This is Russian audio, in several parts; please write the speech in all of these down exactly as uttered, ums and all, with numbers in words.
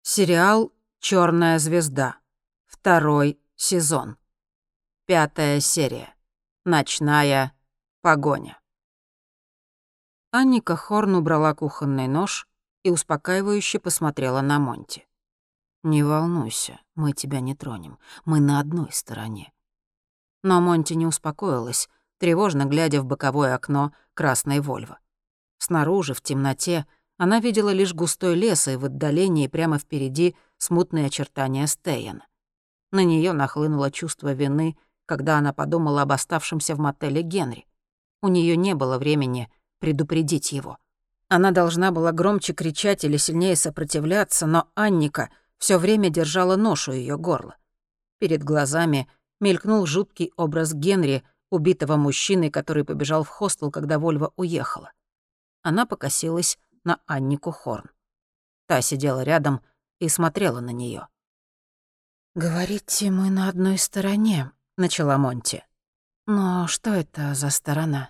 Сериал «Чёрная звезда». Второй сезон. Пятая серия. Ночная погоня. Анника Хорн убрала кухонный нож и успокаивающе посмотрела на Монти. «Не волнуйся, мы тебя не тронем. Мы на одной стороне». Но Монти не успокоилась, тревожно глядя в боковое окно красной Вольво. Снаружи, в темноте, она видела лишь густой лес и в отдалении прямо впереди смутные очертания Стейена. На неё нахлынуло чувство вины, когда она подумала об оставшемся в мотеле Генри. У неё не было времени предупредить его. Она должна была громче кричать или сильнее сопротивляться, но Анника всё время держала нож у её горла. Перед глазами мелькнул жуткий образ Генри, убитого мужчины, который побежал в хостел, когда Вольва уехала. Она покосилась на Аннику Хорн. Та сидела рядом и смотрела на неё. «Говорите, мы на одной стороне», — начала Монти. «Но что это за сторона?»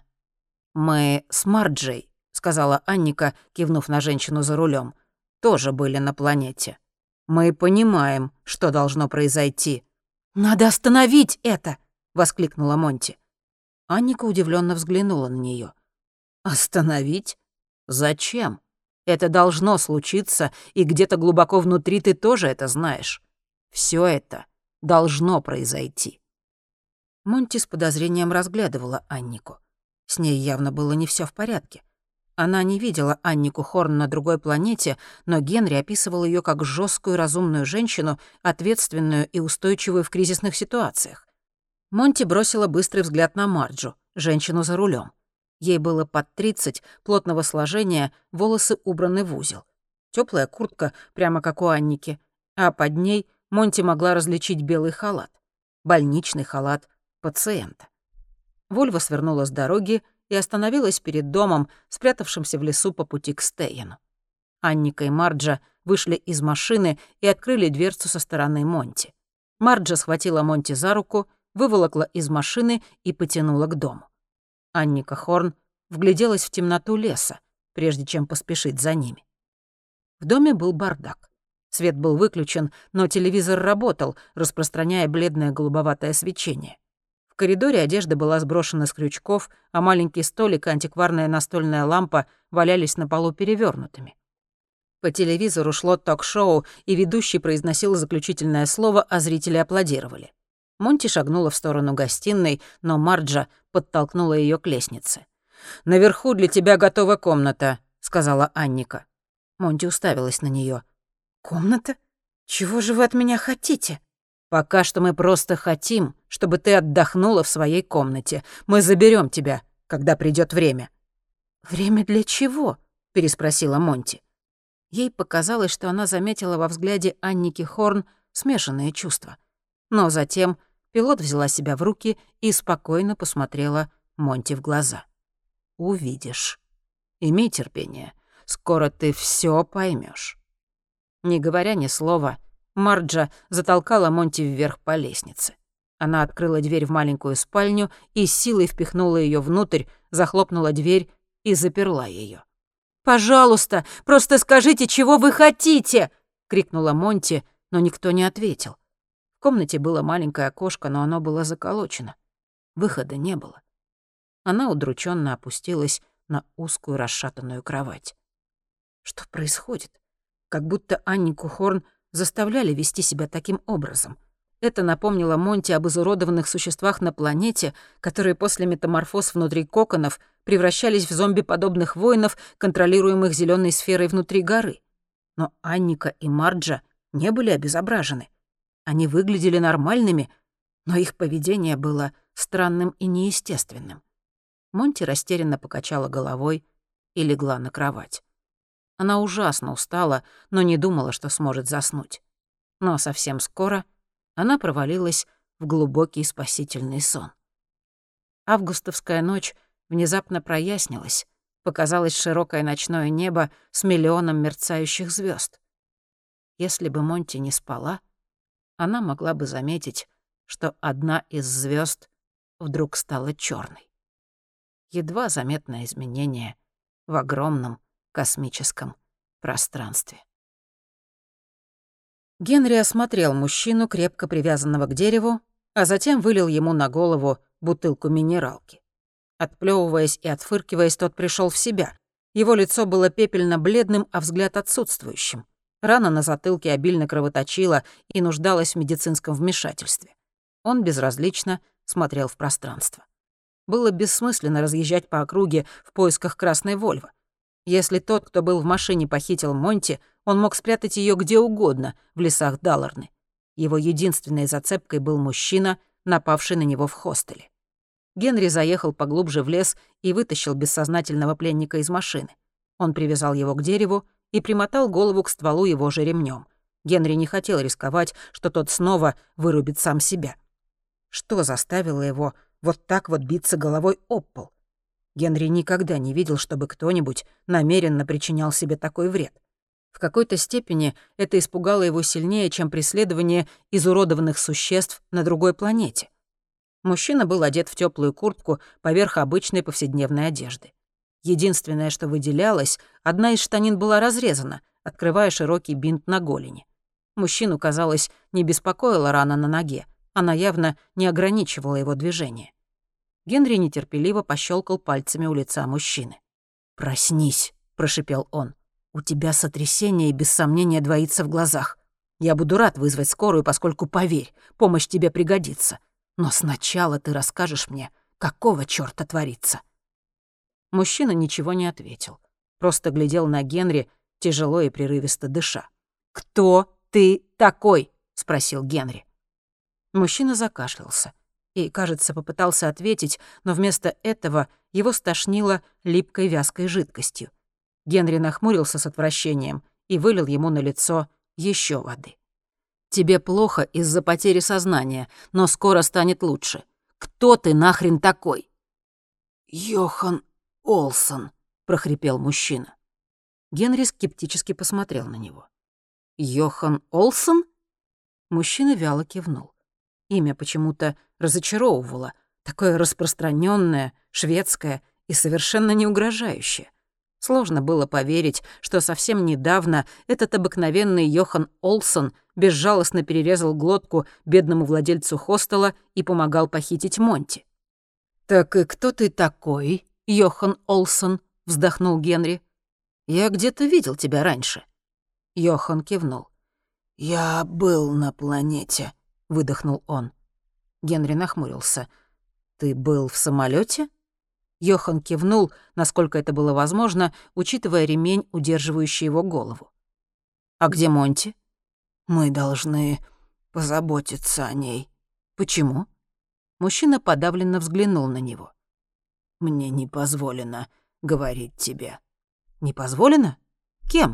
«Мы с Марджей», — сказала Анника, кивнув на женщину за рулем, «тоже были на планете. Мы понимаем, что должно произойти». «Надо остановить это!» — воскликнула Монти. Анника удивлённо взглянула на неё. «Остановить? Зачем? Это должно случиться, и где-то глубоко внутри ты тоже это знаешь. Всё это должно произойти». Монти с подозрением разглядывала Аннику. С ней явно было не всё в порядке. Она не видела Аннику Хорн на другой планете, но Генри описывал её как жёсткую разумную женщину, ответственную и устойчивую в кризисных ситуациях. Монти бросила быстрый взгляд на Марджу, женщину за рулем. Ей было под тридцать, плотного сложения, волосы убраны в узел. Тёплая куртка, прямо как у Анники, а под ней Монти могла различить белый халат. Больничный халат пациента. Вольва свернула с дороги и остановилась перед домом, спрятавшимся в лесу по пути к Стейену. Анника и Марджа вышли из машины и открыли дверцу со стороны Монти. Марджа схватила Монти за руку, выволокла из машины и потянула к дому. Анника Хорн вгляделась в темноту леса, прежде чем поспешить за ними. В доме был бардак. Свет был выключен, но телевизор работал, распространяя бледное голубоватое свечение. В коридоре одежда была сброшена с крючков, а маленький столик и антикварная настольная лампа валялись на полу перевёрнутыми. По телевизору шло ток-шоу, и ведущий произносил заключительное слово, а зрители аплодировали. Монти шагнула в сторону гостиной, но Марджа подтолкнула её к лестнице. «Наверху для тебя готова комната», — сказала Анника. Монти уставилась на неё. «Комната? Чего же вы от меня хотите?» «Пока что мы просто хотим, чтобы ты отдохнула в своей комнате. Мы заберём тебя, когда придёт время». «Время для чего?» — переспросила Монти. Ей показалось, что она заметила во взгляде Анники Хорн смешанные чувства. Но затем пилот взяла себя в руки и спокойно посмотрела Монти в глаза. «Увидишь. Имей терпение. Скоро ты всё поймёшь». Не говоря ни слова, Марджа затолкала Монти вверх по лестнице. Она открыла дверь в маленькую спальню и с силой впихнула её внутрь, захлопнула дверь и заперла её. «Пожалуйста, просто скажите, чего вы хотите!» — крикнула Монти, но никто не ответил. В комнате было маленькое окошко, но оно было заколочено. Выхода не было. Она удрученно опустилась на узкую расшатанную кровать. Что происходит? Как будто Аннику Хорн заставляли вести себя таким образом. Это напомнило Монти об изуродованных существах на планете, которые после метаморфоз внутри коконов превращались в зомби-подобных воинов, контролируемых зелёной сферой внутри горы. Но Анника и Марджа не были обезображены. Они выглядели нормальными, но их поведение было странным и неестественным. Монти растерянно покачала головой и легла на кровать. Она ужасно устала, но не думала, что сможет заснуть. Но совсем скоро она провалилась в глубокий спасительный сон. Августовская ночь внезапно прояснилась, показалось широкое ночное небо с миллионом мерцающих звёзд. Если бы Монти не спала, она могла бы заметить, что одна из звёзд вдруг стала чёрной. Едва заметное изменение в огромном космическом пространстве. Генри осмотрел мужчину, крепко привязанного к дереву, а затем вылил ему на голову бутылку минералки. Отплёвываясь и отфыркиваясь, тот пришел в себя. Его лицо было пепельно-бледным, а взгляд отсутствующим. Рана на затылке обильно кровоточила и нуждалась в медицинском вмешательстве. Он безразлично смотрел в пространство. Было бессмысленно разъезжать по округе в поисках красной Вольво. Если тот, кто был в машине, похитил Монти, он мог спрятать ее где угодно в лесах Далларны. Его единственной зацепкой был мужчина, напавший на него в хостеле. Генри заехал поглубже в лес и вытащил бессознательного пленника из машины. Он привязал его к дереву и примотал голову к стволу его же ремнем. Генри не хотел рисковать, что тот снова вырубит сам себя. Что заставило его вот так вот биться головой об пол? Генри никогда не видел, чтобы кто-нибудь намеренно причинял себе такой вред. В какой-то степени это испугало его сильнее, чем преследование изуродованных существ на другой планете. Мужчина был одет в теплую куртку поверх обычной повседневной одежды. Единственное, что выделялось, одна из штанин была разрезана, открывая широкий бинт на голени. Мужчину, казалось, не беспокоила рана на ноге. Она явно не ограничивала его движение. Генри нетерпеливо пощелкал пальцами у лица мужчины. «Проснись», — прошипел он. «У тебя сотрясение и без сомнения двоится в глазах. Я буду рад вызвать скорую, поскольку, поверь, помощь тебе пригодится. Но сначала ты расскажешь мне, какого чёрта творится». Мужчина ничего не ответил. Просто глядел на Генри, тяжело и прерывисто дыша. «Кто ты такой?» — спросил Генри. Мужчина закашлялся и, кажется, попытался ответить, но вместо этого его стошнило липкой вязкой жидкостью. Генри нахмурился с отвращением и вылил ему на лицо еще воды. «Тебе плохо из-за потери сознания, но скоро станет лучше. Кто ты нахрен такой?» «Йохан Олсон», — прохрипел мужчина. Генри скептически посмотрел на него. «Йохан Олсон?» Мужчина вяло кивнул. Имя почему-то разочаровывало, такое распространенное, шведское и совершенно не угрожающее. Сложно было поверить, что совсем недавно этот обыкновенный Йохан Олсон безжалостно перерезал глотку бедному владельцу хостела и помогал похитить Монти. «Так и кто ты такой, Йохан Олсон?» — вздохнул Генри. «Я где-то видел тебя раньше». Йохан кивнул. «Я был на планете», — выдохнул он. Генри нахмурился. «Ты был в самолете? Йохан кивнул, насколько это было возможно, учитывая ремень, удерживающий его голову. «А где Монти?» «Мы должны позаботиться о ней». «Почему?» Мужчина подавленно взглянул на него. «Мне не позволено говорить тебе». «Не позволено? Кем?»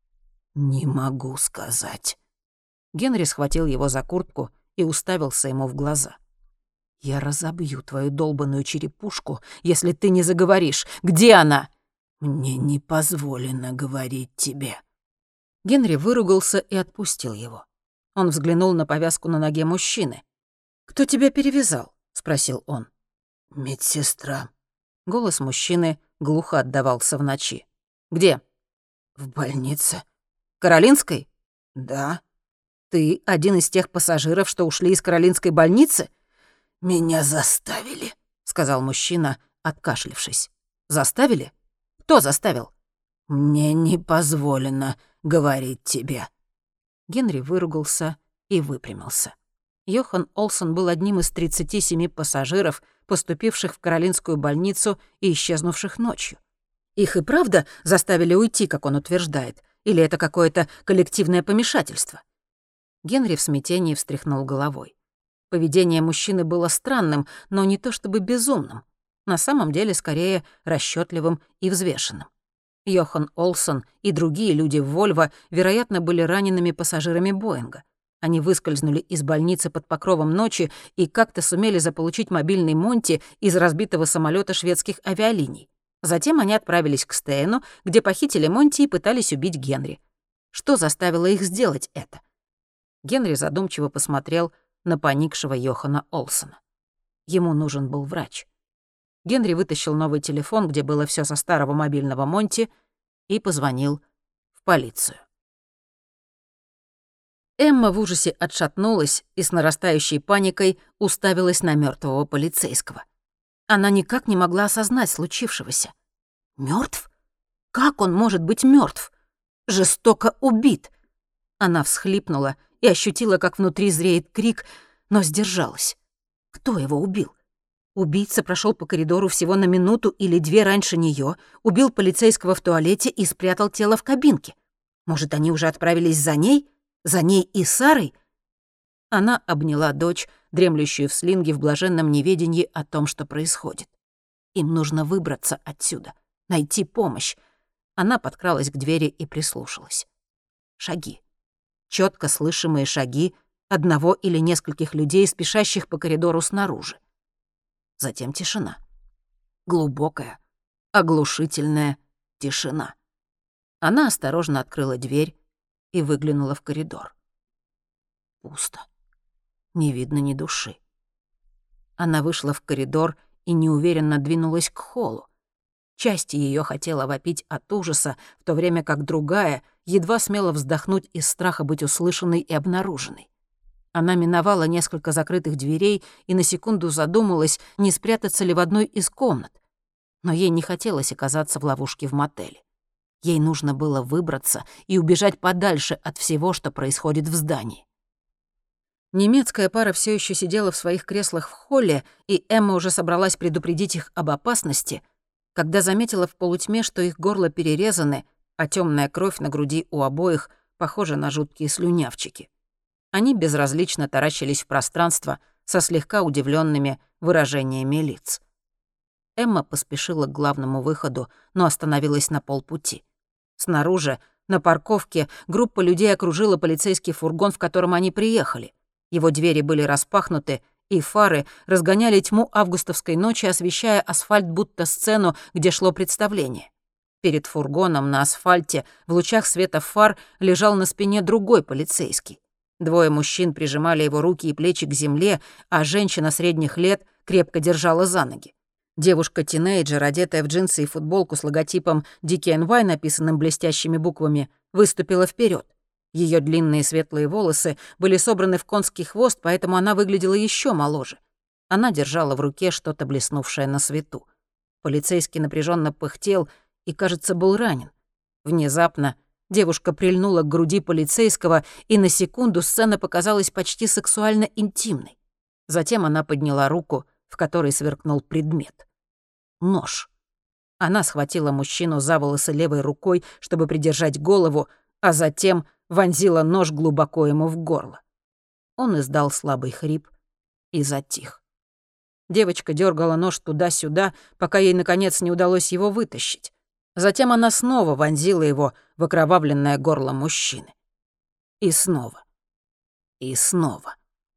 «Не могу сказать». Генри схватил его за куртку и уставился ему в глаза. «Я разобью твою долбаную черепушку, если ты не заговоришь. Где она?» «Мне не позволено говорить тебе». Генри выругался и отпустил его. Он взглянул на повязку на ноге мужчины. «Кто тебя перевязал?» — спросил он. «Медсестра». Голос мужчины глухо отдавался в ночи. «Где?» «В больнице». «Каролинской?» «Да». «Ты один из тех пассажиров, что ушли из Каролинской больницы?» «Меня заставили», — сказал мужчина, откашлившись. «Заставили? Кто заставил?» «Мне не позволено говорить тебе». Генри выругался и выпрямился. Йохан Олсон был одним из тридцати семи пассажиров, поступивших в Каролинскую больницу и исчезнувших ночью. Их и правда заставили уйти, как он утверждает, или это какое-то коллективное помешательство? Генри в смятении встряхнул головой. Поведение мужчины было странным, но не то чтобы безумным. На самом деле, скорее, расчётливым и взвешенным. Йохан Олсон и другие люди в Вольво, вероятно, были ранеными пассажирами Боинга. Они выскользнули из больницы под покровом ночи и как-то сумели заполучить мобильный Монти из разбитого самолёта шведских авиалиний. Затем они отправились к Стейну, где похитили Монти и пытались убить Генри. Что заставило их сделать это? Генри задумчиво посмотрел на поникшего Йохана Олсона. Ему нужен был врач. Генри вытащил новый телефон, где было всё со старого мобильного Монти, и позвонил в полицию. Эмма в ужасе отшатнулась и с нарастающей паникой уставилась на мертвого полицейского. Она никак не могла осознать случившегося. Мертв? Как он может быть мертв? Жестоко убит. Она всхлипнула и ощутила, как внутри зреет крик, но сдержалась. Кто его убил? Убийца прошел по коридору всего на минуту или две раньше нее, убил полицейского в туалете и спрятал тело в кабинке. Может, они уже отправились за ней? За ней и Сарой? Она обняла дочь, дремлющую в слинге в блаженном неведении о том, что происходит. Им нужно выбраться отсюда, найти помощь. Она подкралась к двери и прислушалась. Шаги. Четко слышимые шаги одного или нескольких людей, спешащих по коридору снаружи. Затем тишина. Глубокая, оглушительная тишина. Она осторожно открыла дверь и выглянула в коридор. Пусто. Не видно ни души. Она вышла в коридор и неуверенно двинулась к холлу. Часть её хотела вопить от ужаса, в то время как другая едва смела вздохнуть из страха быть услышанной и обнаруженной. Она миновала несколько закрытых дверей и на секунду задумалась, не спрятаться ли в одной из комнат. Но ей не хотелось оказаться в ловушке в мотеле. Ей нужно было выбраться и убежать подальше от всего, что происходит в здании. Немецкая пара все еще сидела в своих креслах в холле, и Эмма уже собралась предупредить их об опасности, когда заметила в полутьме, что их горла перерезаны, а темная кровь на груди у обоих похожа на жуткие слюнявчики. Они безразлично таращились в пространство со слегка удивленными выражениями лиц. Эмма поспешила к главному выходу, но остановилась на полпути. Снаружи, на парковке, группа людей окружила полицейский фургон, в котором они приехали. Его двери были распахнуты, и фары разгоняли тьму августовской ночи, освещая асфальт будто сцену, где шло представление. Перед фургоном на асфальте в лучах света фар лежал на спине другой полицейский. Двое мужчин прижимали его руки и плечи к земле, а женщина средних лет крепко держала за ноги. Девушка-тинейджер, одетая в джинсы и футболку с логотипом ди кей эн вай, написанным блестящими буквами, выступила вперед. Ее длинные светлые волосы были собраны в конский хвост, поэтому она выглядела еще моложе. Она держала в руке что-то блеснувшее на свету. Полицейский напряженно пыхтел и, кажется, был ранен. Внезапно девушка прильнула к груди полицейского, и на секунду сцена показалась почти сексуально интимной. Затем она подняла руку, в которой сверкнул предмет. Нож. Она схватила мужчину за волосы левой рукой, чтобы придержать голову, а затем вонзила нож глубоко ему в горло. Он издал слабый хрип и затих. Девочка дергала нож туда-сюда, пока ей, наконец, не удалось его вытащить. Затем она снова вонзила его в окровавленное горло мужчины. И снова. И снова.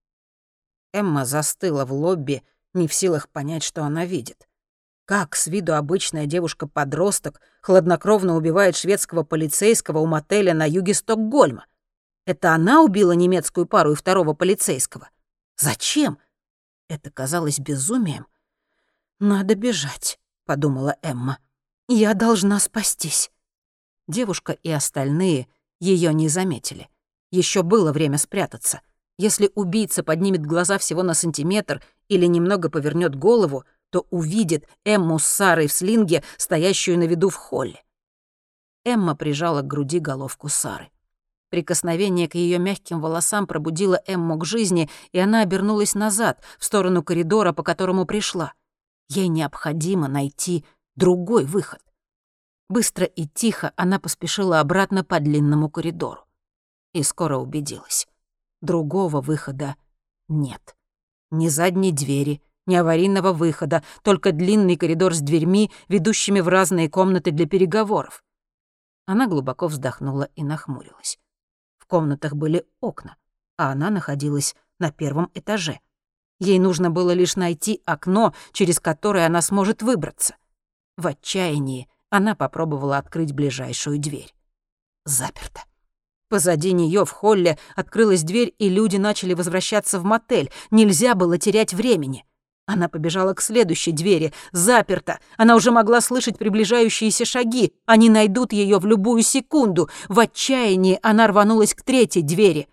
Эмма застыла в лобби, не в силах понять, что она видит. Как с виду обычная девушка-подросток хладнокровно убивает шведского полицейского у мотеля на юге Стокгольма? Это она убила немецкую пару и второго полицейского? Зачем? Это казалось безумием. «Надо бежать», — подумала Эмма. «Я должна спастись». Девушка и остальные ее не заметили. Еще было время спрятаться. Если убийца поднимет глаза всего на сантиметр или немного повернет голову, то увидит Эмму с Сарой в слинге, стоящую на виду в холле. Эмма прижала к груди головку Сары. Прикосновение к ее мягким волосам пробудило Эмму к жизни, и она обернулась назад, в сторону коридора, по которому пришла. Ей необходимо найти другой выход. Быстро и тихо она поспешила обратно по длинному коридору. И скоро убедилась. Другого выхода нет. Ни задней двери, ни аварийного выхода, только длинный коридор с дверьми, ведущими в разные комнаты для переговоров. Она глубоко вздохнула и нахмурилась. В комнатах были окна, а она находилась на первом этаже. Ей нужно было лишь найти окно, через которое она сможет выбраться. В отчаянии она попробовала открыть ближайшую дверь. Заперто. Позади нее в холле открылась дверь, и люди начали возвращаться в мотель. Нельзя было терять времени. Она побежала к следующей двери. Заперто. Она уже могла слышать приближающиеся шаги. Они найдут ее в любую секунду. В отчаянии она рванулась к третьей двери.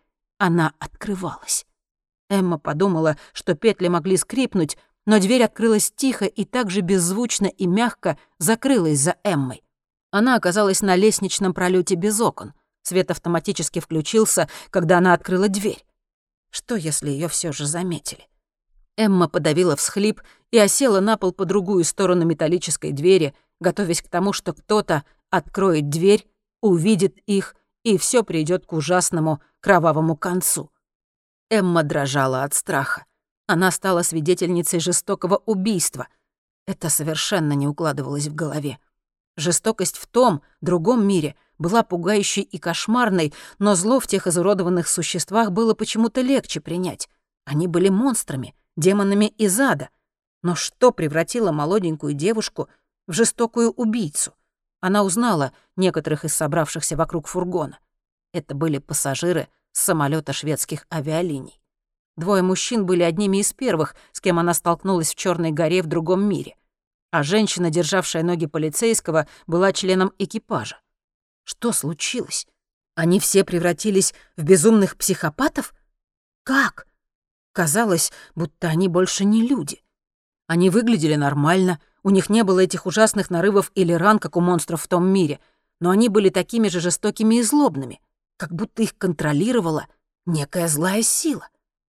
она открывалась. Эмма подумала, что петли могли скрипнуть, но дверь открылась тихо и так же беззвучно и мягко закрылась за Эммой. Она оказалась на лестничном пролете без окон. Свет автоматически включился, когда она открыла дверь. Что, если ее все же заметили? Эмма подавила всхлип и осела на пол по другую сторону металлической двери, готовясь к тому, что кто-то откроет дверь, увидит их, и все придет к ужасному кровавому концу. Эмма дрожала от страха. Она стала свидетельницей жестокого убийства. Это совершенно не укладывалось в голове. Жестокость в том, другом мире была пугающей и кошмарной, но зло в тех изуродованных существах было почему-то легче принять. Они были монстрами, демонами из ада. Но что превратило молоденькую девушку в жестокую убийцу? Она узнала некоторых из собравшихся вокруг фургона. Это были пассажиры с самолета шведских авиалиний. Двое мужчин были одними из первых, с кем она столкнулась в Черной горе в другом мире. А женщина, державшая ноги полицейского, была членом экипажа. Что случилось? Они все превратились в безумных психопатов? Как? Казалось, будто они больше не люди. Они выглядели нормально, у них не было этих ужасных нарывов или ран, как у монстров в том мире, но они были такими же жестокими и злобными, как будто их контролировала некая злая сила.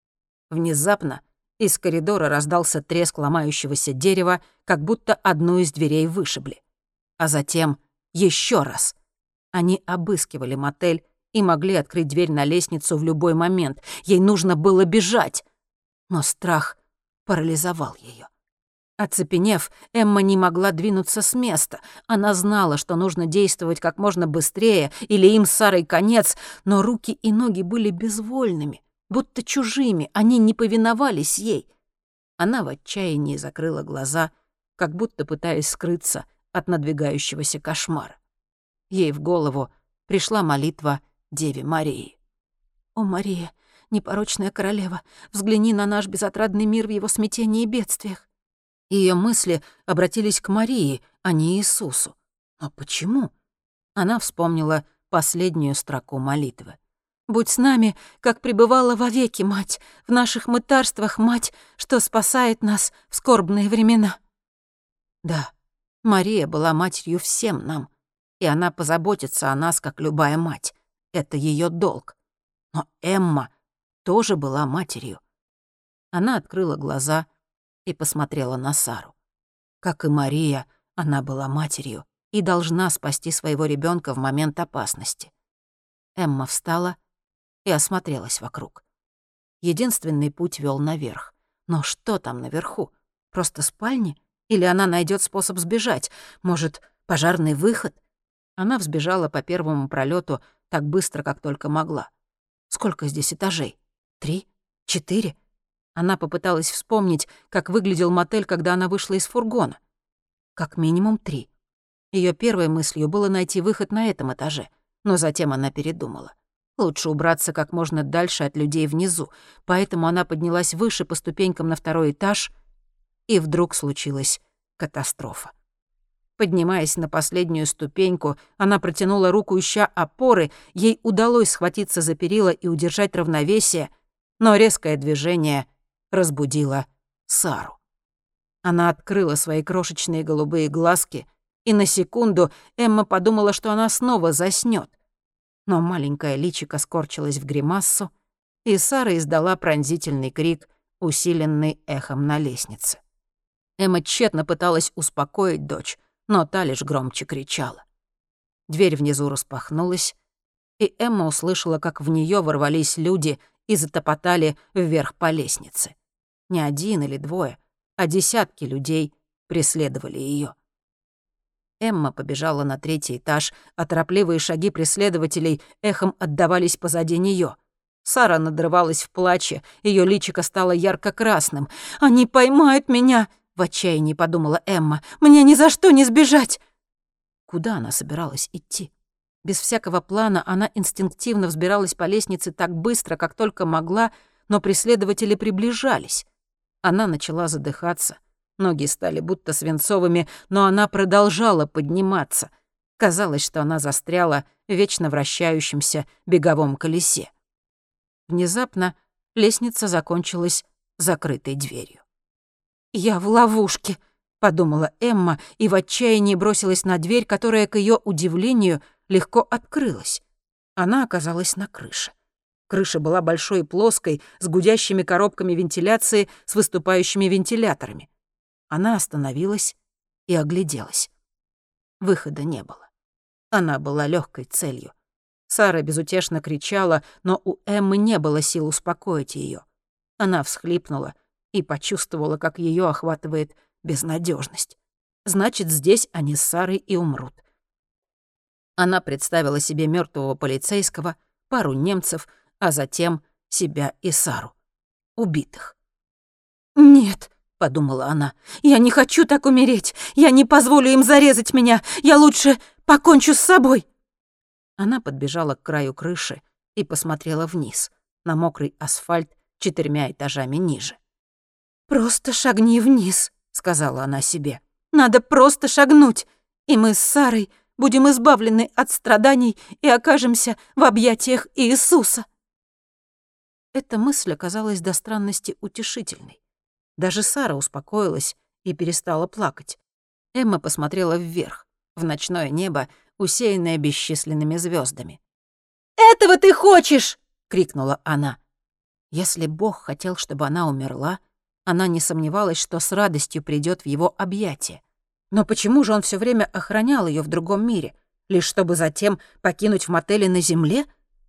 Внезапно из коридора раздался треск ломающегося дерева, как будто одну из дверей вышибли. А затем еще раз. Они обыскивали мотель и могли открыть дверь на лестницу в любой момент. Ей нужно было бежать. Но страх парализовал ее. Оцепенев, Эмма не могла двинуться с места. Она знала, что нужно действовать как можно быстрее, или им с Сарой конец, но руки и ноги были безвольными, будто чужими, они не повиновались ей. Она в отчаянии закрыла глаза, как будто пытаясь скрыться от надвигающегося кошмара. Ей в голову пришла молитва Деве Марии. «О, Мария, непорочная королева, взгляни на наш безотрадный мир в его смятении и бедствиях». Ее мысли обратились к Марии, а не Иисусу. Но почему? Она вспомнила последнюю строку молитвы. «Будь с нами, как пребывала вовеки, Мать, в наших мытарствах, Мать, что спасает нас в скорбные времена». Да, Мария была матерью всем нам, и она позаботится о нас, как любая мать. Это ее долг. Но Эмма тоже была матерью. Она открыла глаза и посмотрела на Сару. Как и Мария, она была матерью и должна спасти своего ребенка в момент опасности. Эмма встала и осмотрелась вокруг. Единственный путь вел наверх. Но что там наверху? Просто спальни? Или она найдет способ сбежать? Может, пожарный выход? Она взбежала по первому пролету так быстро, как только могла. Сколько здесь этажей? Три? Четыре? Она попыталась вспомнить, как выглядел мотель, когда она вышла из фургона. Как минимум три. Ее первой мыслью было найти выход на этом этаже, но затем она передумала. Лучше убраться как можно дальше от людей внизу, поэтому она поднялась выше по ступенькам на второй этаж, и вдруг случилась катастрофа. Поднимаясь на последнюю ступеньку, она протянула руку, ища опоры, ей удалось схватиться за перила и удержать равновесие, но резкое движение разбудило Сару. Она открыла свои крошечные голубые глазки, и на секунду Эмма подумала, что она снова заснёт. Но маленькое личико скорчилось в гримассу, и Сара издала пронзительный крик, усиленный эхом на лестнице. Эмма тщетно пыталась успокоить дочь, но та лишь громче кричала. Дверь внизу распахнулась, и Эмма услышала, как в неё ворвались люди и затопотали вверх по лестнице. Не один или двое, а десятки людей преследовали её. Эмма побежала на третий этаж, а торопливые шаги преследователей эхом отдавались позади неё. Сара надрывалась в плаче, её личико стало ярко-красным. «Они поймают меня!» — в отчаянии подумала Эмма. «Мне ни за что не сбежать!» Куда она собиралась идти? Без всякого плана она инстинктивно взбиралась по лестнице так быстро, как только могла, но преследователи приближались. Она начала задыхаться. Ноги стали будто свинцовыми, но она продолжала подниматься. Казалось, что она застряла в вечно вращающемся беговом колесе. Внезапно лестница закончилась закрытой дверью. «Я в ловушке», — подумала Эмма и в отчаянии бросилась на дверь, которая, к ее удивлению, легко открылась. Она оказалась на крыше. Крыша была большой и плоской, с гудящими коробками вентиляции с выступающими вентиляторами. Она остановилась и огляделась. Выхода не было. Она была легкой целью. Сара безутешно кричала, но у Эммы не было сил успокоить ее. Она всхлипнула и почувствовала, как ее охватывает безнадежность. Значит, здесь они с Сарой и умрут. Она представила себе мертвого полицейского, пару немцев, а затем себя и Сару. Убитых. «Нет», — подумала она, — «я не хочу так умереть. Я не позволю им зарезать меня. Я лучше покончу с собой». Она подбежала к краю крыши и посмотрела вниз, на мокрый асфальт четырьмя этажами ниже. «Просто шагни вниз», — сказала она себе. «Надо просто шагнуть, и мы с Сарой будем избавлены от страданий и окажемся в объятиях Иисуса». Эта мысль оказалась до странности утешительной. Даже Сара успокоилась и перестала плакать. Эмма посмотрела вверх, в ночное небо, усеянное бесчисленными звездами. «Этого ты хочешь!» — крикнула она. Если Бог хотел, чтобы она умерла, она не сомневалась, что с радостью придет в его объятия. Но почему же он все время охранял ее в другом мире, лишь чтобы затем покинуть в мотеле на земле?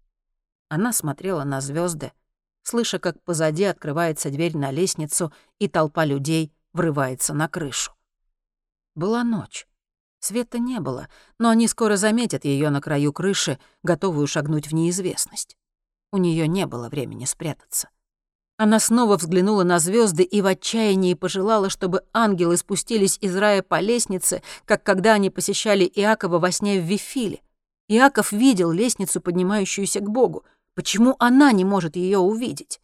Она смотрела на звезды, слыша, как позади открывается дверь на лестницу, и толпа людей врывается на крышу. Была ночь. Света не было, но они скоро заметят ее на краю крыши, готовую шагнуть в неизвестность. У нее не было времени спрятаться. Она снова взглянула на звезды и в отчаянии пожелала, чтобы ангелы спустились из рая по лестнице, как когда они посещали Иакова во сне в Вифиле. Иаков видел лестницу, поднимающуюся к Богу. Почему она не может ее увидеть?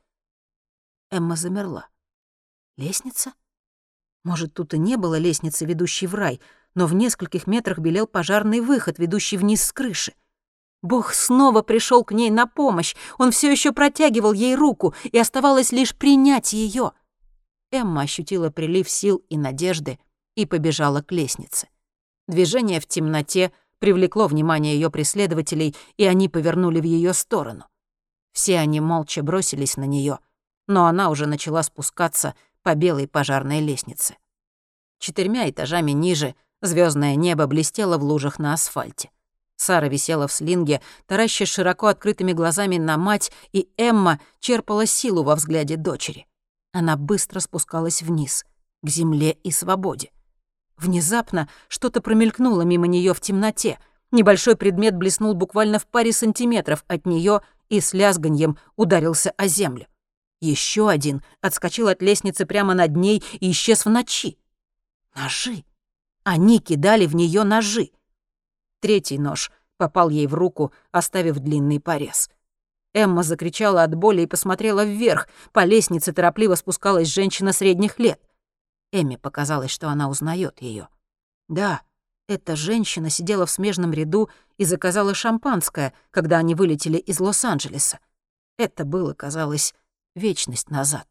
Эмма замерла. Лестница? Может, тут и не было лестницы, ведущей в рай, но в нескольких метрах белел пожарный выход, ведущий вниз с крыши. Бог снова пришел к ней на помощь. Он все еще протягивал ей руку, и оставалось лишь принять ее. Эмма ощутила прилив сил и надежды и побежала к лестнице. Движение в темноте привлекло внимание ее преследователей, и они повернули в ее сторону. Все они молча бросились на нее, но она уже начала спускаться по белой пожарной лестнице. Четырьмя этажами ниже звездное небо блестело в лужах на асфальте. Сара висела в слинге, тараща широко открытыми глазами на мать, и Эмма черпала силу во взгляде дочери. Она быстро спускалась вниз, к земле и свободе. Внезапно что-то промелькнуло мимо нее в темноте. Небольшой предмет блеснул буквально в паре сантиметров от нее и с лязганьем ударился о землю. Еще один отскочил от лестницы прямо над ней и исчез в ночи. Ножи. Они кидали в нее ножи. Третий нож попал ей в руку, оставив длинный порез. Эмма закричала от боли и посмотрела вверх. По лестнице торопливо спускалась женщина средних лет. Эмме показалось, что она узнает ее. Да, эта женщина сидела в смежном ряду и заказала шампанское, когда они вылетели из Лос-Анджелеса. Это было, казалось, вечность назад.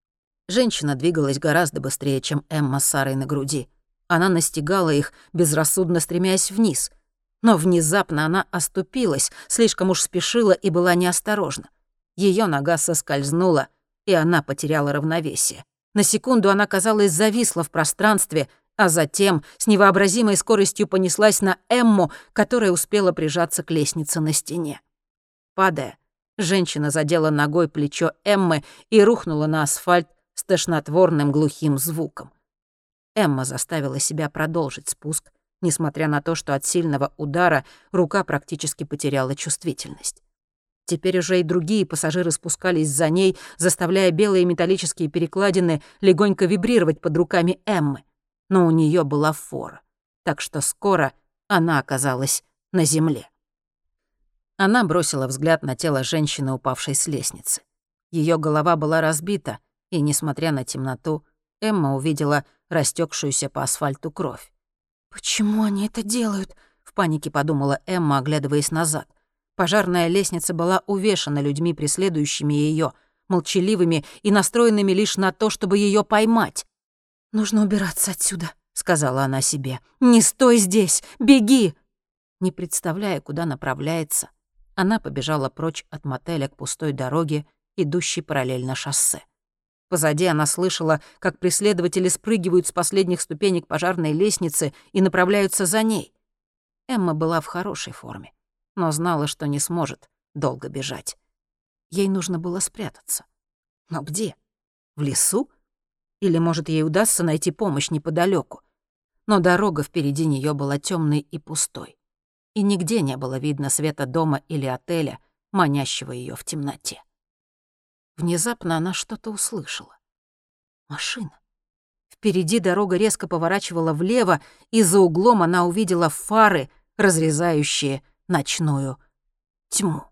Женщина двигалась гораздо быстрее, чем Эмма с Сарой на груди. Она настигала их, безрассудно стремясь вниз. Но внезапно она оступилась, слишком уж спешила и была неосторожна. Ее нога соскользнула, и она потеряла равновесие. На секунду она, казалось, зависла в пространстве, а затем с невообразимой скоростью понеслась на Эмму, которая успела прижаться к лестнице на стене. Падая, женщина задела ногой плечо Эммы и рухнула на асфальт с тошнотворным глухим звуком. Эмма заставила себя продолжить спуск, несмотря на то, что от сильного удара рука практически потеряла чувствительность. Теперь уже и другие пассажиры спускались за ней, заставляя белые металлические перекладины легонько вибрировать под руками Эммы. Но у нее была фора, так что скоро она оказалась на земле. Она бросила взгляд на тело женщины, упавшей с лестницы. Ее голова была разбита, и, несмотря на темноту, Эмма увидела растекшуюся по асфальту кровь. «Почему они это делают?» — в панике подумала Эмма, оглядываясь назад. Пожарная лестница была увешана людьми, преследующими ее, молчаливыми и настроенными лишь на то, чтобы ее поймать. «Нужно убираться отсюда», — сказала она себе. «Не стой здесь! Беги!» Не представляя, куда направляется, она побежала прочь от мотеля к пустой дороге, идущей параллельно шоссе. Позади она слышала, как преследователи спрыгивают с последних ступенек пожарной лестницы и направляются за ней. Эмма была в хорошей форме, но знала, что не сможет долго бежать. Ей нужно было спрятаться. Но где? В лесу? Или, может, ей удастся найти помощь неподалёку? Но дорога впереди неё была тёмной и пустой. И нигде не было видно света дома или отеля, манящего её в темноте. Внезапно она что-то услышала. Машина. Впереди дорога резко поворачивала влево, и за углом она увидела фары, разрезающие ночную тьму.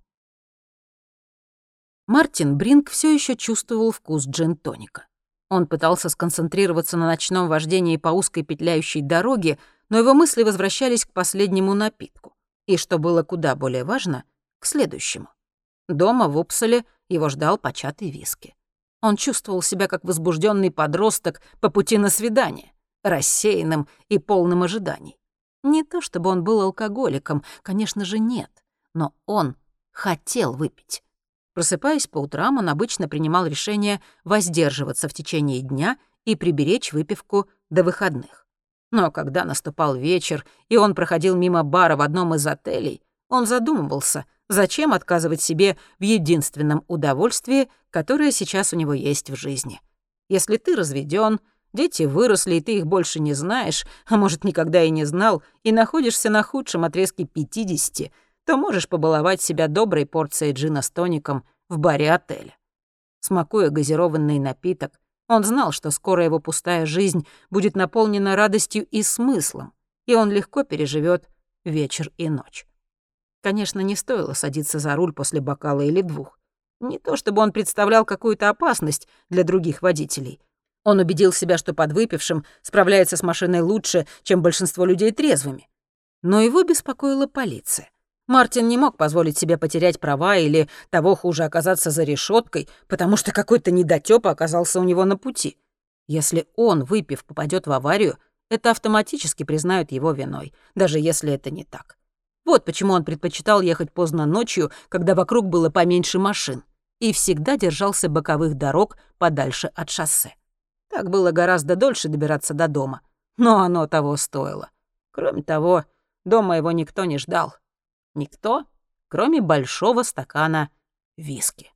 Мартин Бринк всё ещё чувствовал вкус джин-тоника. Он пытался сконцентрироваться на ночном вождении по узкой петляющей дороге, но его мысли возвращались к последнему напитку. И, что было куда более важно, к следующему. Дома в Упсале его ждал початый виски. Он чувствовал себя как возбужденный подросток по пути на свидание, рассеянным и полным ожиданий. Не то чтобы он был алкоголиком, конечно же, нет, но он хотел выпить. Просыпаясь по утрам, он обычно принимал решение воздерживаться в течение дня и приберечь выпивку до выходных. Но когда наступал вечер, и он проходил мимо бара в одном из отелей, он задумывался, зачем отказывать себе в единственном удовольствии, которое сейчас у него есть в жизни. Если ты разведён, дети выросли, и ты их больше не знаешь, а может, никогда и не знал, и находишься на худшем отрезке пятидесяти, то можешь побаловать себя доброй порцией джина с тоником в баре отеля. Смакуя газированный напиток, он знал, что скоро его пустая жизнь будет наполнена радостью и смыслом, и он легко переживет вечер и ночь. Конечно, не стоило садиться за руль после бокала или двух. Не то чтобы он представлял какую-то опасность для других водителей. Он убедил себя, что подвыпившим справляется с машиной лучше, чем большинство людей трезвыми. Но его беспокоила полиция. Мартин не мог позволить себе потерять права или, того хуже, оказаться за решеткой, потому что какой-то недотёпа оказался у него на пути. Если он, выпив, попадет в аварию, это автоматически признают его виной, даже если это не так. Вот почему он предпочитал ехать поздно ночью, когда вокруг было поменьше машин, и всегда держался боковых дорог подальше от шоссе. Так было гораздо дольше добираться до дома, но оно того стоило. Кроме того, дома его никто не ждал. Никто, кроме большого стакана виски.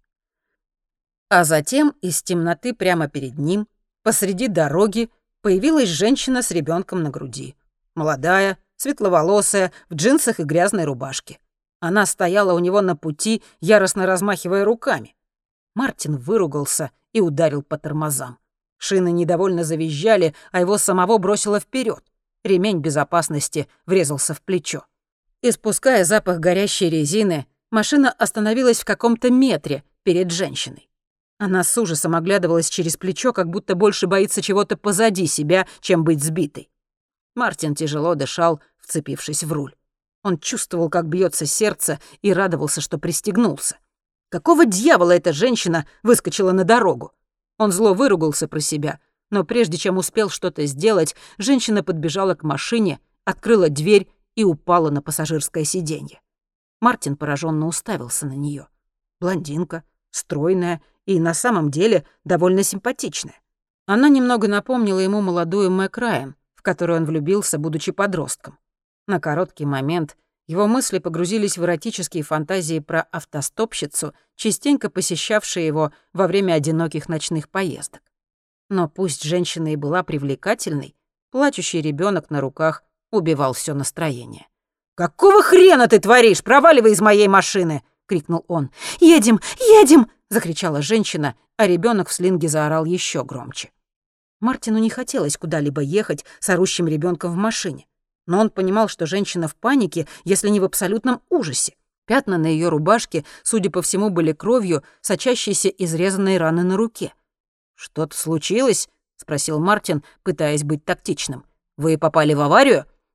А затем из темноты прямо перед ним, посреди дороги, появилась женщина с ребенком на груди. Молодая, светловолосая, в джинсах и грязной рубашке. Она стояла у него на пути, яростно размахивая руками. Мартин выругался и ударил по тормозам. Шины недовольно завизжали, а его самого бросило вперед. Ремень безопасности врезался в плечо. Испуская запах горящей резины, машина остановилась в каком-то метре перед женщиной. Она с ужасом оглядывалась через плечо, как будто больше боится чего-то позади себя, чем быть сбитой. Мартин тяжело дышал, вцепившись в руль. Он чувствовал, как бьется сердце, и радовался, что пристегнулся. Какого дьявола эта женщина выскочила на дорогу? Он зло выругался про себя, но прежде чем успел что-то сделать, женщина подбежала к машине, открыла дверь и упала на пассажирское сиденье. Мартин пораженно уставился на нее. Блондинка, стройная и на самом деле довольно симпатичная. Она немного напомнила ему молодую Мэг Райан, в которую он влюбился, будучи подростком. На короткий момент его мысли погрузились в эротические фантазии про автостопщицу, частенько посещавшую его во время одиноких ночных поездок. Но пусть женщина и была привлекательной, плачущий ребенок на руках убивал все настроение. «Какого хрена ты творишь? Проваливай из моей машины!» — крикнул он. «Едем! Едем!» — закричала женщина, а ребенок в слинге заорал еще громче. Мартину не хотелось куда-либо ехать с орущим ребенком в машине. Но он понимал, что женщина в панике, если не в абсолютном ужасе. Пятна на ее рубашке, судя по всему, были кровью, сочащейся изрезанной раны на руке. «Что-то случилось?» — спросил Мартин, пытаясь быть тактичным. «Вы попали в аварию?»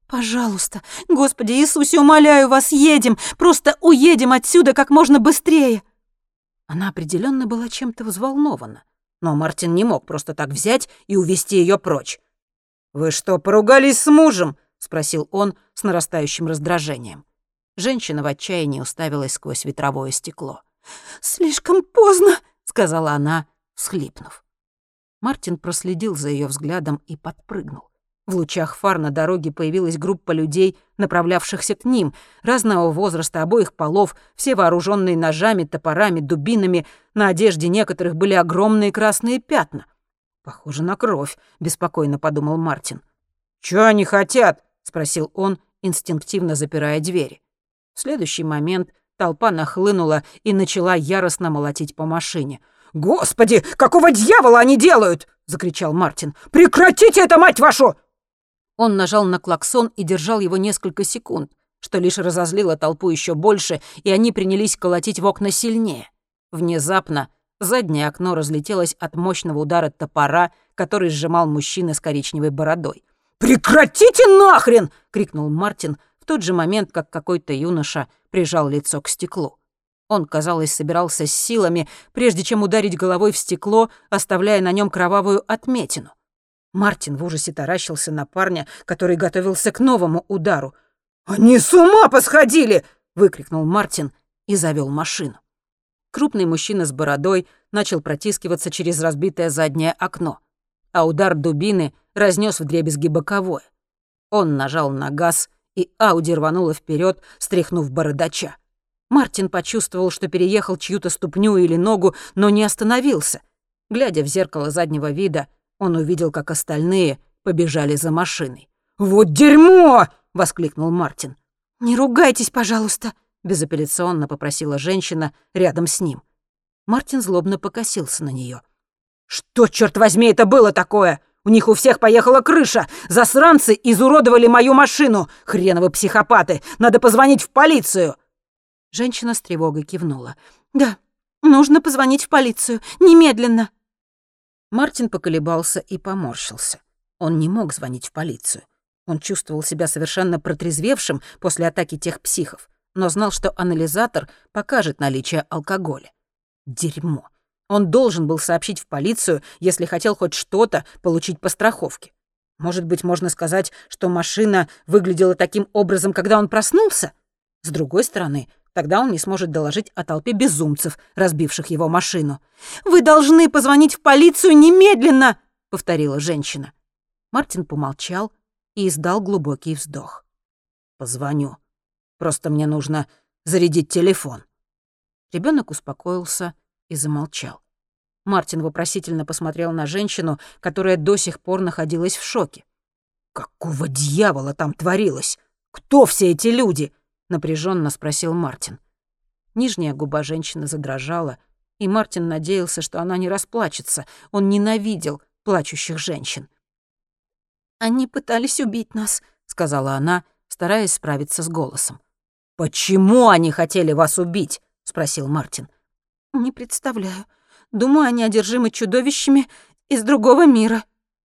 Пожалуйста, Господи Иисусе, умоляю вас, едем! Просто уедем отсюда как можно быстрее!» Она определенно была чем-то взволнована, но Мартин не мог просто так взять и увести ее прочь. «Вы что, поругались с мужем?» — спросил он с нарастающим раздражением. Женщина в отчаянии уставилась сквозь ветровое стекло. «Слишком поздно», — сказала она, всхлипнув. Мартин проследил за ее взглядом и подпрыгнул. В лучах фар на дороге появилась группа людей, направлявшихся к ним, разного возраста, обоих полов, все вооруженные ножами, топорами, дубинами. На одежде некоторых были огромные красные пятна. «Похоже на кровь», — беспокойно подумал Мартин. «Чё они хотят?» — спросил он, инстинктивно запирая двери. В следующий момент толпа нахлынула и начала яростно молотить по машине. «Господи, какого дьявола они делают?» — закричал Мартин. «Прекратите это, мать вашу!» Он нажал на клаксон и держал его несколько секунд, что лишь разозлило толпу еще больше, и они принялись колотить в окна сильнее. Внезапно заднее окно разлетелось от мощного удара топора, который сжимал мужчина с коричневой бородой. «Прекратите нахрен!» — крикнул Мартин в тот же момент, как какой-то юноша прижал лицо к стеклу. Он, казалось, собирался с силами, прежде чем ударить головой в стекло, оставляя на нем кровавую отметину. Мартин в ужасе таращился на парня, который готовился к новому удару. «Они с ума посходили!» — выкрикнул Мартин и завел машину. Крупный мужчина с бородой начал протискиваться через разбитое заднее окно, а удар дубины разнес вдребезги боковое. Он нажал на газ, и Ауди рванула вперед, стряхнув бородача. Мартин почувствовал, что переехал чью-то ступню или ногу, но не остановился. Глядя в зеркало заднего вида, он увидел, как остальные побежали за машиной. «Вот дерьмо!» — воскликнул Мартин. «Не ругайтесь, пожалуйста», — безапелляционно попросила женщина рядом с ним. Мартин злобно покосился на нее. «Что, черт возьми, это было такое? У них у всех поехала крыша! Засранцы изуродовали мою машину! Хреновы психопаты! Надо позвонить в полицию!» Женщина с тревогой кивнула. «Да, нужно позвонить в полицию. Немедленно!» Мартин поколебался и поморщился. Он не мог звонить в полицию. Он чувствовал себя совершенно протрезвевшим после атаки тех психов, но знал, что анализатор покажет наличие алкоголя. Дерьмо. Он должен был сообщить в полицию, если хотел хоть что-то получить по страховке. Может быть, можно сказать, что машина выглядела таким образом, когда он проснулся? С другой стороны, тогда он не сможет доложить о толпе безумцев, разбивших его машину. «Вы должны позвонить в полицию немедленно!» — повторила женщина. Мартин помолчал и издал глубокий вздох. «Позвоню. Просто мне нужно зарядить телефон». Ребенок успокоился и замолчал. Мартин вопросительно посмотрел на женщину, которая до сих пор находилась в шоке. «Какого дьявола там творилось? Кто все эти люди?» — напряженно спросил Мартин. Нижняя губа женщины задрожала, и Мартин надеялся, что она не расплачется. Он ненавидел плачущих женщин. «Они пытались убить нас», — сказала она, стараясь справиться с голосом. «Почему они хотели вас убить?» — спросил Мартин. «Не представляю. Думаю, они одержимы чудовищами из другого мира».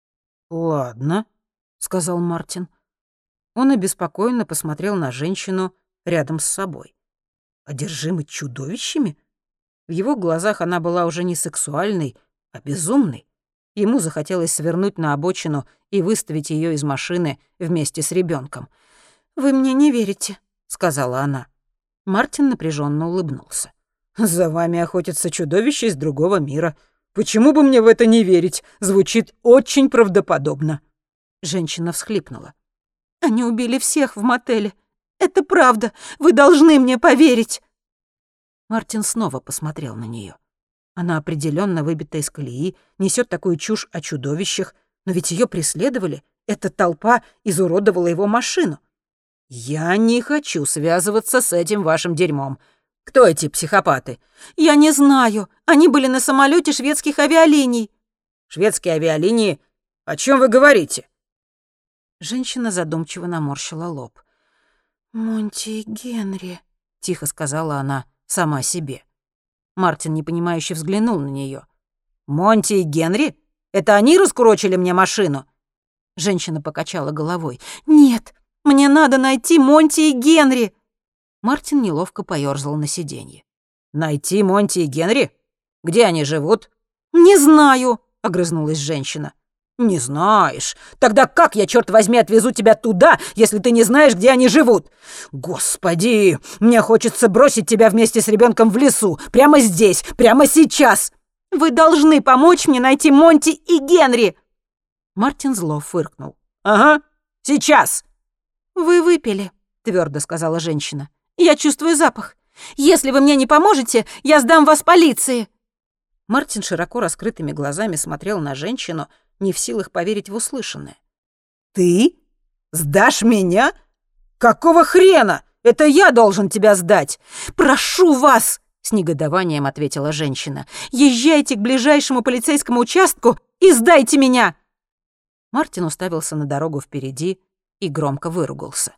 «Ладно», — сказал Мартин. Он обеспокоенно посмотрел на женщину рядом с собой. Одержимы чудовищами? В его глазах она была уже не сексуальной, а безумной. Ему захотелось свернуть на обочину и выставить ее из машины вместе с ребенком. «Вы мне не верите», — сказала она. Мартин напряженно улыбнулся. «За вами охотятся чудовища из другого мира. Почему бы мне в это не верить? Звучит очень правдоподобно». Женщина всхлипнула. «Они убили всех в мотеле. Это правда. Вы должны мне поверить». Мартин снова посмотрел на нее. Она определенно выбита из колеи, несет такую чушь о чудовищах, но ведь ее преследовали. Эта толпа изуродовала его машину. «Я не хочу связываться с этим вашим дерьмом. Кто эти психопаты?» «Я не знаю. Они были на самолете шведских авиалиний». «Шведские авиалинии? О чем вы говорите?» Женщина задумчиво наморщила лоб. «Монти и Генри», — тихо сказала она сама себе. Мартин непонимающе взглянул на нее. «Монти и Генри? Это они раскурочили мне машину?» Женщина покачала головой. «Нет, Мне надо найти Монти и Генри!» Мартин неловко поёрзал на сиденье. «Найти Монти и Генри? Где они живут?» «Не знаю», — огрызнулась женщина. «Не знаешь? Тогда как я, черт возьми, отвезу тебя туда, если ты не знаешь, где они живут? Господи, мне хочется бросить тебя вместе с ребенком в лесу, прямо здесь, прямо сейчас!» «Вы должны помочь мне найти Монти и Генри!» Мартин зло фыркнул. «Ага, сейчас!» «Вы выпили», — твердо сказала женщина. «Я чувствую запах. Если вы мне не поможете, я сдам вас полиции!» Мартин широко раскрытыми глазами смотрел на женщину, не в силах поверить в услышанное. «Ты? Сдашь меня? Какого хрена? Это я должен тебя сдать!» «Прошу вас!» — с негодованием ответила женщина. «Езжайте к ближайшему полицейскому участку и сдайте меня!» Мартин уставился на дорогу впереди и громко выругался.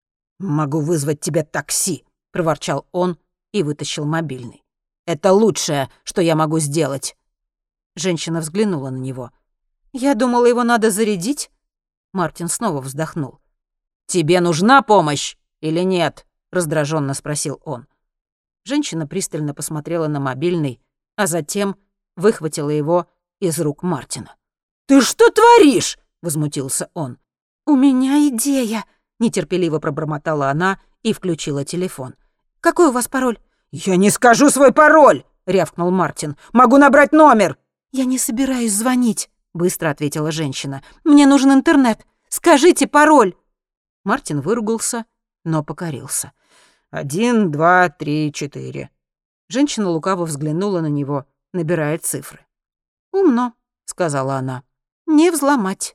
«Могу вызвать тебе такси!» — проворчал он и вытащил мобильный. «Это лучшее, что я могу сделать!» Женщина взглянула на него. «Я думала, его надо зарядить?» Мартин снова вздохнул. «Тебе нужна помощь или нет?» — раздраженно спросил он. Женщина пристально посмотрела на мобильный, а затем выхватила его из рук Мартина. «Ты что творишь?» — возмутился он. «У меня идея!» — нетерпеливо пробормотала она и включила телефон. «Какой у вас пароль?» «Я не скажу свой пароль!» — рявкнул Мартин. «Могу набрать номер!» «Я не собираюсь звонить», — быстро ответила женщина. «Мне нужен интернет. Скажите пароль!» Мартин выругался, но покорился. «Один, два, три, четыре». Женщина лукаво взглянула на него, набирая цифры. «Умно», — сказала она. «Не взломать».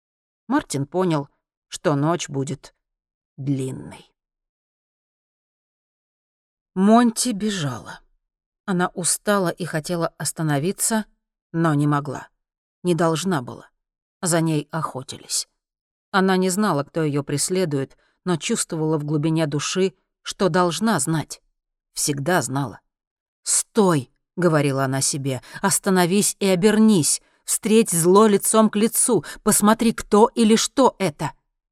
Мартин понял, что ночь будет длинной. Монти бежала. Она устала и хотела остановиться, но не могла. Не должна была. За ней охотились. Она не знала, кто ее преследует, но чувствовала в глубине души, что должна знать. Всегда знала. «Стой!» — говорила она себе. «Остановись и обернись. Встреть зло лицом к лицу. Посмотри, кто или что это».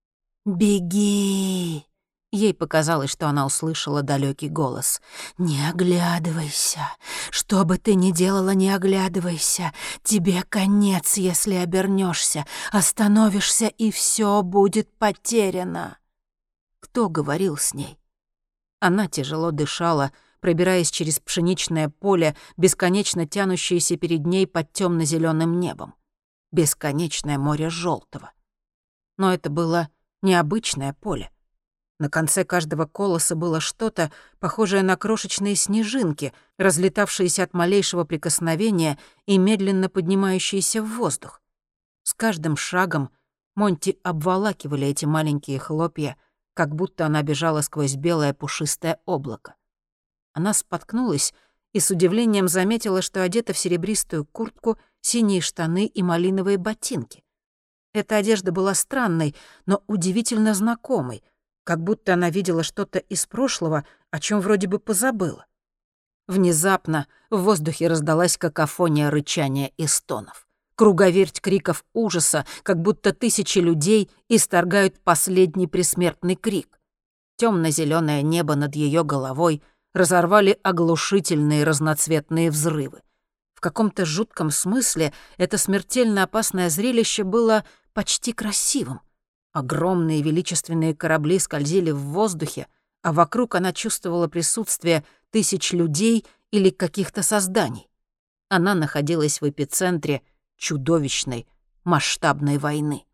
«Беги!» Ей показалось, что она услышала далекий голос. «Не оглядывайся. Что бы ты ни делала, не оглядывайся. Тебе конец, если обернешься. Остановишься, и все будет потеряно». Кто говорил с ней? Она тяжело дышала, пробираясь через пшеничное поле, бесконечно тянущееся перед ней под темно-зеленым небом. Бесконечное море желтого. Но это было необычное поле. На конце каждого колоса было что-то, похожее на крошечные снежинки, разлетавшиеся от малейшего прикосновения и медленно поднимающиеся в воздух. С каждым шагом Монти обволакивали эти маленькие хлопья, как будто она бежала сквозь белое пушистое облако. Она споткнулась и с удивлением заметила, что одета в серебристую куртку, синие штаны и малиновые ботинки. Эта одежда была странной, но удивительно знакомой, как будто она видела что-то из прошлого, о чем вроде бы позабыла. Внезапно в воздухе раздалась какофония рычания и стонов. Круговерть криков ужаса, как будто тысячи людей исторгают последний предсмертный крик. Темно-зеленое небо над ее головой разорвали оглушительные разноцветные взрывы. В каком-то жутком смысле это смертельно опасное зрелище было почти красивым. Огромные величественные корабли скользили в воздухе, а вокруг она чувствовала присутствие тысяч людей или каких-то созданий. Она находилась в эпицентре чудовищной, масштабной войны.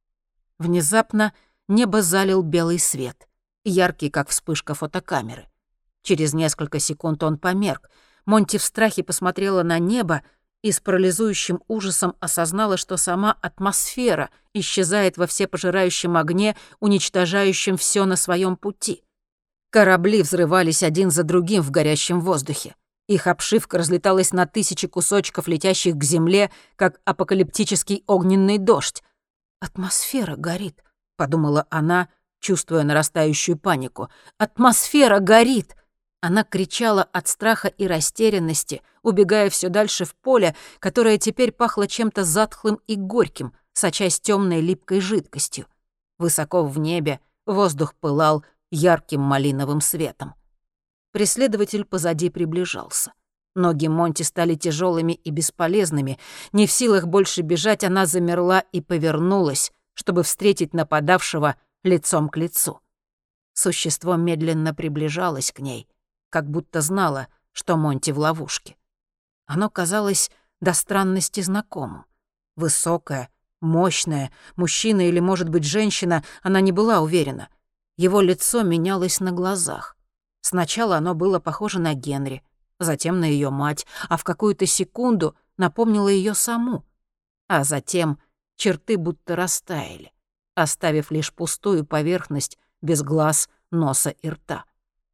Внезапно небо залил белый свет, яркий, как вспышка фотокамеры. Через несколько секунд он померк. Монти в страхе посмотрела на небо и с парализующим ужасом осознала, что сама атмосфера исчезает во всепожирающем огне, уничтожающем все на своем пути. Корабли взрывались один за другим в горящем воздухе. Их обшивка разлеталась на тысячи кусочков, летящих к земле, как апокалиптический огненный дождь. «Атмосфера горит», — подумала она, чувствуя нарастающую панику. «Атмосфера горит!» Она кричала от страха и растерянности, убегая все дальше в поле, которое теперь пахло чем-то затхлым и горьким, сочась темной липкой жидкостью. Высоко в небе воздух пылал ярким малиновым светом. Преследователь позади приближался. Ноги Монти стали тяжелыми и бесполезными. Не в силах больше бежать, она замерла и повернулась, чтобы встретить нападавшего лицом к лицу. Существо медленно приближалось к ней, как будто знало, что Монти в ловушке. Оно казалось до странности знакомым. Высокое, мощное, мужчина или, может быть, женщина, она не была уверена. Его лицо менялось на глазах. Сначала оно было похоже на Генри, затем на ее мать, а в какую-то секунду напомнило ее саму. А затем черты будто растаяли, оставив лишь пустую поверхность без глаз, носа и рта.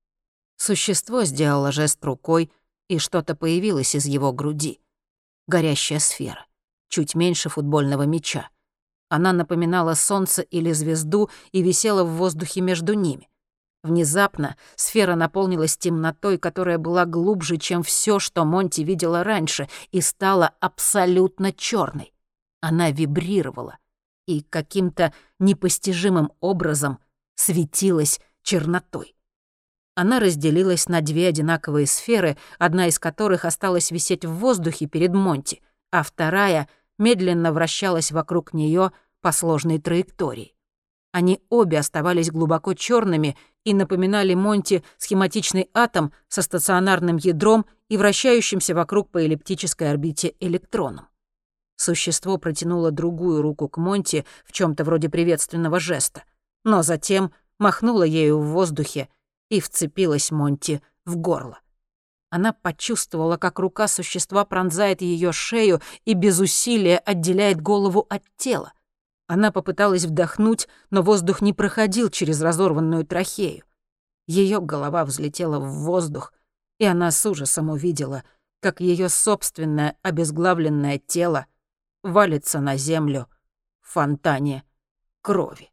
Существо сделало жест рукой, и что-то появилось из его груди. Горящая сфера, чуть меньше футбольного мяча. Она напоминала солнце или звезду и висела в воздухе между ними. Внезапно сфера наполнилась темнотой, которая была глубже, чем все, что Монти видела раньше, и стала абсолютно черной. Она вибрировала и каким-то непостижимым образом светилась чернотой. Она разделилась на две одинаковые сферы, одна из которых осталась висеть в воздухе перед Монти, а вторая медленно вращалась вокруг нее по сложной траектории. Они обе оставались глубоко черными и напоминали Монти схематичный атом со стационарным ядром и вращающимся вокруг по эллиптической орбите электроном. Существо протянуло другую руку к Монти в чем-то вроде приветственного жеста, но затем махнуло ею в воздухе и вцепилась Монти в горло. Она почувствовала, как рука существа пронзает ее шею и без усилия отделяет голову от тела. Она попыталась вдохнуть, но воздух не проходил через разорванную трахею. Ее голова взлетела в воздух, и она с ужасом увидела, как ее собственное обезглавленное тело валится на землю в фонтане крови.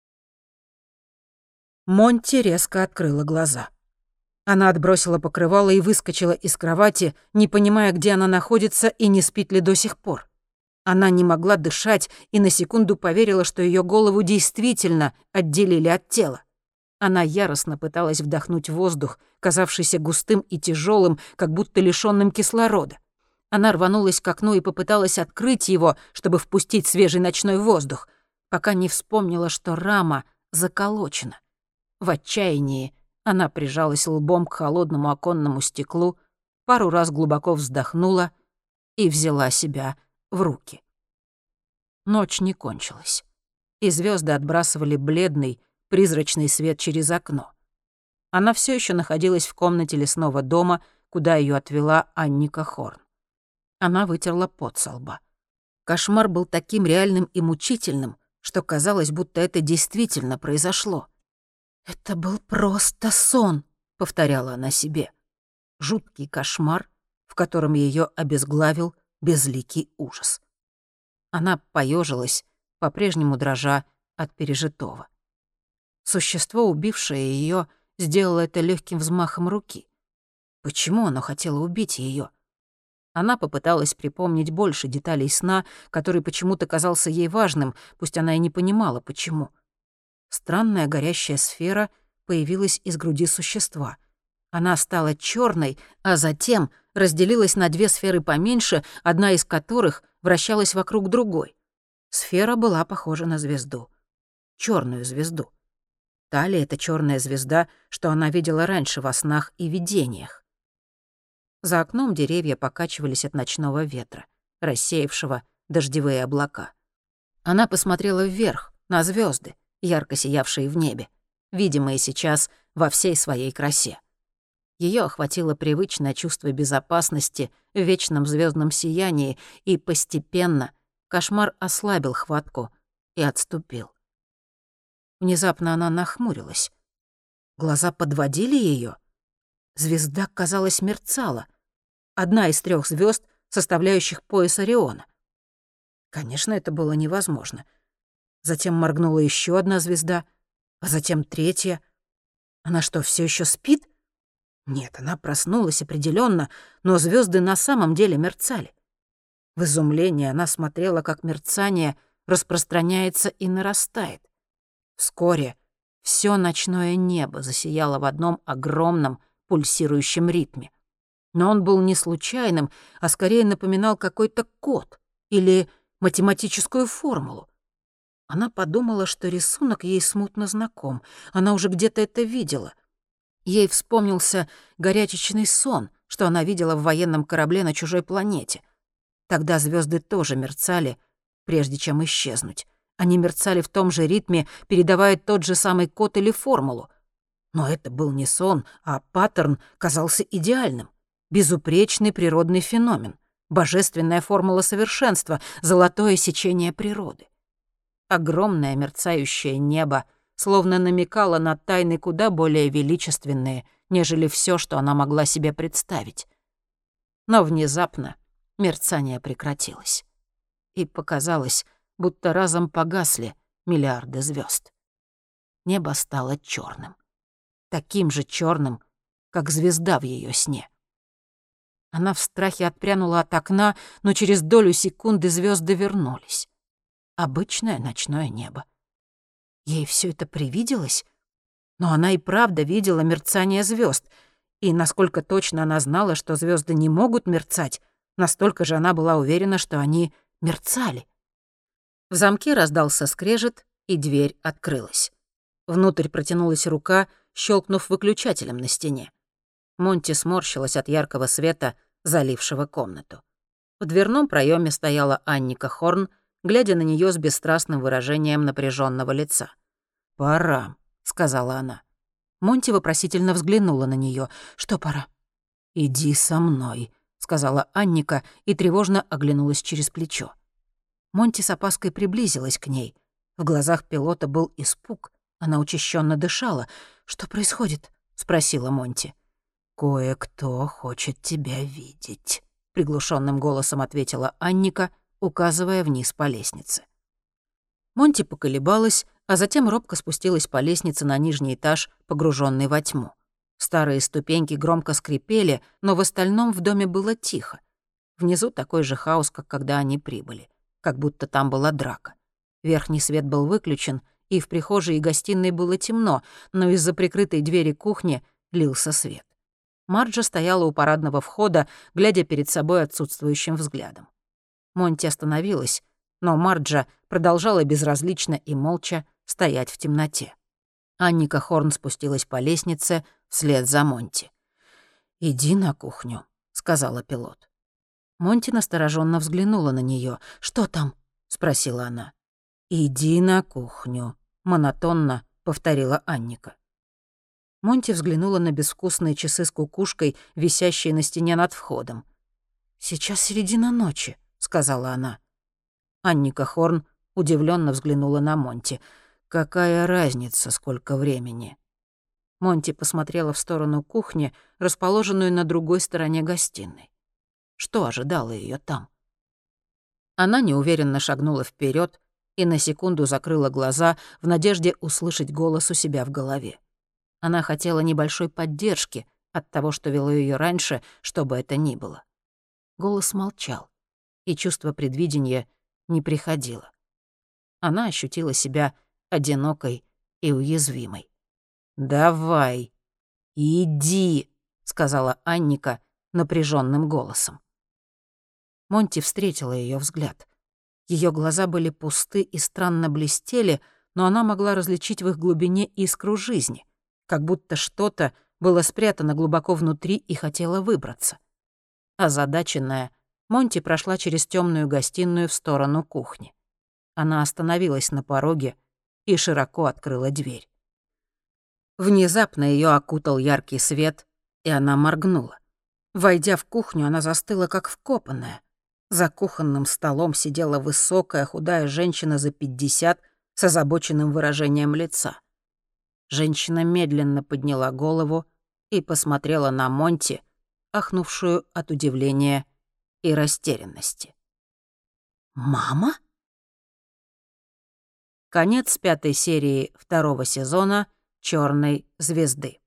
Монти резко открыла глаза. Она отбросила покрывало и выскочила из кровати, не понимая, где она находится и не спит ли до сих пор. Она не могла дышать и на секунду поверила, что ее голову действительно отделили от тела. Она яростно пыталась вдохнуть воздух, казавшийся густым и тяжелым, как будто лишённым кислорода. Она рванулась к окну и попыталась открыть его, чтобы впустить свежий ночной воздух, пока не вспомнила, что рама заколочена. В отчаянии она прижалась лбом к холодному оконному стеклу, пару раз глубоко вздохнула и взяла себя в руки. Ночь не кончилась, и звезды отбрасывали бледный, призрачный свет через окно. Она все еще находилась в комнате лесного дома, куда ее отвела Анника Хорн. Она вытерла пот со лба. Кошмар был таким реальным и мучительным, что казалось, будто это действительно произошло. «Это был просто сон», — повторяла она себе. Жуткий кошмар, в котором ее обезглавил безликий ужас. Она поежилась, по-прежнему дрожа от пережитого. Существо, убившее ее, сделало это легким взмахом руки. Почему оно хотело убить ее? Она попыталась припомнить больше деталей сна, который почему-то казался ей важным, пусть она и не понимала, почему. Странная горящая сфера появилась из груди существа. Она стала черной, а затем разделилась на две сферы поменьше, одна из которых вращалась вокруг другой. Сфера была похожа на звезду. Черную звезду. Та ли это черная звезда, что она видела раньше во снах и видениях? За окном деревья покачивались от ночного ветра, рассеявшего дождевые облака. Она посмотрела вверх, на звезды, ярко сиявшие в небе, видимые сейчас во всей своей красе. Ее охватило привычное чувство безопасности в вечном звездном сиянии, и постепенно кошмар ослабил хватку и отступил. Внезапно она нахмурилась. Глаза подводили ее. Звезда, казалось, мерцала. Одна из трех звезд, составляющих пояс Ориона. Конечно, это было невозможно. Затем моргнула еще одна звезда, а затем третья. Она что, все еще спит? Нет, она проснулась определенно, но звезды на самом деле мерцали. В изумлении она смотрела, как мерцание распространяется и нарастает. Вскоре Всё ночное небо засияло в одном огромном пульсирующем ритме. Но он был не случайным, а скорее напоминал какой-то код или математическую формулу. Она подумала, что рисунок ей смутно знаком. Она уже где-то это видела. Ей вспомнился горячечный сон, что она видела в военном корабле на чужой планете. Тогда звезды тоже мерцали, прежде чем исчезнуть. Они мерцали в том же ритме, передавая тот же самый код или формулу. Но это был не сон, а паттерн казался идеальным. Безупречный природный феномен. Божественная формула совершенства, золотое сечение природы. Огромное мерцающее небо словно намекало на тайны куда более величественные, нежели все, что она могла себе представить. Но внезапно мерцание прекратилось. И показалось, будто разом погасли миллиарды звезд. Небо стало черным, таким же черным, как звезда в ее сне. Она в страхе отпрянула от окна, но через долю секунды звезды вернулись. Обычное ночное небо. Ей все это привиделось? Но она и правда видела мерцание звезд, и насколько точно она знала, что звезды не могут мерцать, настолько же она была уверена, что они мерцали. В замке раздался скрежет, и дверь открылась. Внутрь протянулась рука, щелкнув выключателем на стене. Монти сморщилась от яркого света, залившего комнату. В дверном проеме стояла Анника Хорн, глядя на нее с бесстрастным выражением напряженного лица. «Пора», — сказала она. Монти вопросительно взглянула на нее. «Что пора?» «Иди со мной», — сказала Анника и тревожно оглянулась через плечо. Монти с опаской приблизилась к ней. В глазах пилота был испуг. Она учащенно дышала. «Что происходит?» — спросила Монти. «Кое-кто хочет тебя видеть», — приглушенным голосом ответила Анника, указывая вниз по лестнице. Монти поколебалась, а затем робко спустилась по лестнице на нижний этаж, погруженный во тьму. Старые ступеньки громко скрипели, но в остальном в доме было тихо. Внизу такой же хаос, как когда они прибыли. Как будто там была драка. Верхний свет был выключен, и в прихожей и гостиной было темно, но из-за прикрытой двери кухни лился свет. Марджа стояла у парадного входа, глядя перед собой отсутствующим взглядом. Монти остановилась, но Марджа продолжала безразлично и молча стоять в темноте. Анника Хорн спустилась по лестнице вслед за Монти. «Иди на кухню», — сказала пилот. Монти настороженно взглянула на нее. «Что там?» — спросила она. «Иди на кухню», — монотонно повторила Анника. Монти взглянула на безвкусные часы с кукушкой, висящие на стене над входом. «Сейчас середина ночи», — сказала она. Анника Хорн удивленно взглянула на Монти. «Какая разница, сколько времени?» Монти посмотрела в сторону кухни, расположенную на другой стороне гостиной. Что ожидало ее там? Она неуверенно шагнула вперед и на секунду закрыла глаза в надежде услышать голос у себя в голове. Она хотела небольшой поддержки от того, что вело ее раньше, что бы это ни было. Голос молчал, и чувство предвидения не приходило. Она ощутила себя одинокой и уязвимой. «Давай, иди», — сказала Анника напряженным голосом. Монти встретила ее взгляд. Ее глаза были пусты и странно блестели, но она могла различить в их глубине искру жизни, как будто что-то было спрятано глубоко внутри и хотело выбраться. Озадаченная, Монти прошла через темную гостиную в сторону кухни. Она остановилась на пороге и широко открыла дверь. Внезапно ее окутал яркий свет, и она моргнула. Войдя в кухню, она застыла как вкопанная. За кухонным столом сидела высокая худая женщина за пятьдесят с озабоченным выражением лица. Женщина медленно подняла голову и посмотрела на Монти, ахнувшую от удивления и растерянности. «Мама?» Конец пятой серии второго сезона «Чёрной звезды».